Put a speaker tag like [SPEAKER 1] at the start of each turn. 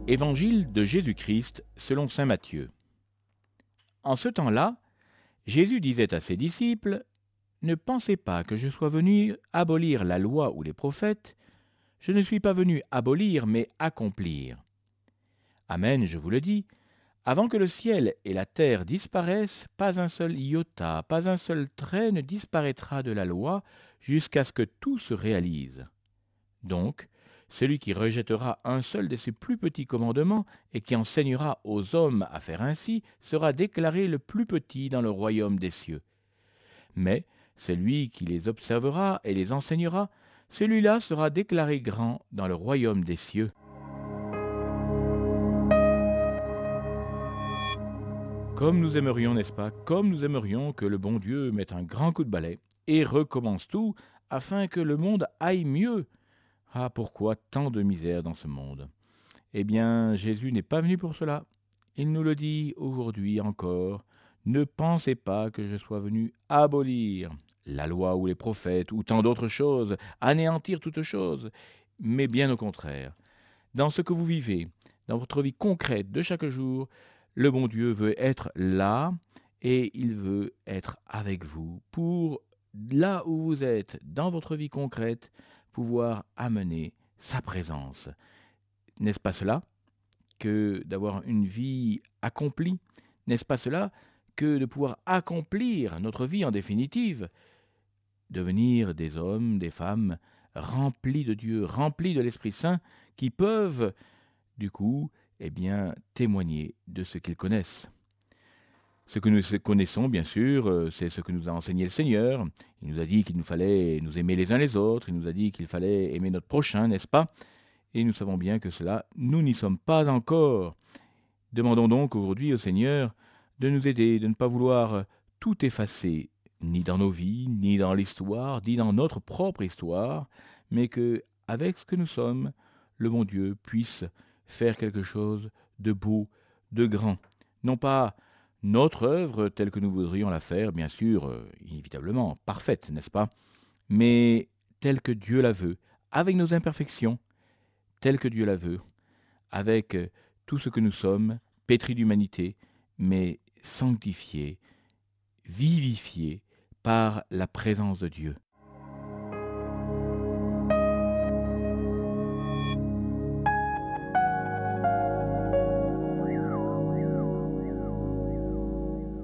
[SPEAKER 1] Évangile de Jésus-Christ selon saint Matthieu. En ce temps-là, Jésus disait à ses disciples : « Ne pensez pas que je sois venu abolir la loi ou les prophètes. Je ne suis pas venu abolir, mais accomplir. Amen, je vous le dis, avant que le ciel et la terre disparaissent, pas un seul iota, pas un seul trait ne disparaîtra de la loi jusqu'à ce que tout se réalise. Donc, celui qui rejettera un seul de ces plus petits commandements et qui enseignera aux hommes à faire ainsi sera déclaré le plus petit dans le royaume des cieux. Mais celui qui les observera et les enseignera, celui-là sera déclaré grand dans le royaume des cieux. » Comme nous aimerions, n'est-ce pas, comme nous aimerions que le bon Dieu mette un grand coup de balai et recommence tout afin que le monde aille mieux. Ah, pourquoi tant de misère dans ce monde ? Eh bien, Jésus n'est pas venu pour cela. Il nous le dit aujourd'hui encore. Ne pensez pas que je sois venu abolir la loi ou les prophètes ou tant d'autres choses, anéantir toutes choses, mais bien au contraire. Dans ce que vous vivez, dans votre vie concrète de chaque jour, le bon Dieu veut être là et il veut être avec vous pour, là où vous êtes, dans votre vie concrète, pouvoir amener sa présence. N'est-ce pas cela que d'avoir une vie accomplie ? N'est-ce pas cela que de pouvoir accomplir notre vie en définitive ? Devenir des hommes, des femmes remplis de Dieu, remplis de l'Esprit Saint, qui peuvent, du coup, témoigner de ce qu'ils connaissent. Ce que nous connaissons, bien sûr, c'est ce que nous a enseigné le Seigneur. Il nous a dit qu'il nous fallait nous aimer les uns les autres, il nous a dit qu'il fallait aimer notre prochain, n'est-ce pas ? Et nous savons bien que cela, nous n'y sommes pas encore. Demandons donc aujourd'hui au Seigneur de nous aider, de ne pas vouloir tout effacer, ni dans nos vies, ni dans l'histoire, ni dans notre propre histoire, mais que, avec ce que nous sommes, le bon Dieu puisse faire quelque chose de beau, de grand. Non pas notre œuvre telle que nous voudrions la faire, bien sûr, inévitablement, parfaite, n'est-ce pas ? Mais telle que Dieu la veut, avec nos imperfections, telle que Dieu la veut, avec tout ce que nous sommes, pétris d'humanité, mais sanctifiés, vivifiés par la présence de Dieu.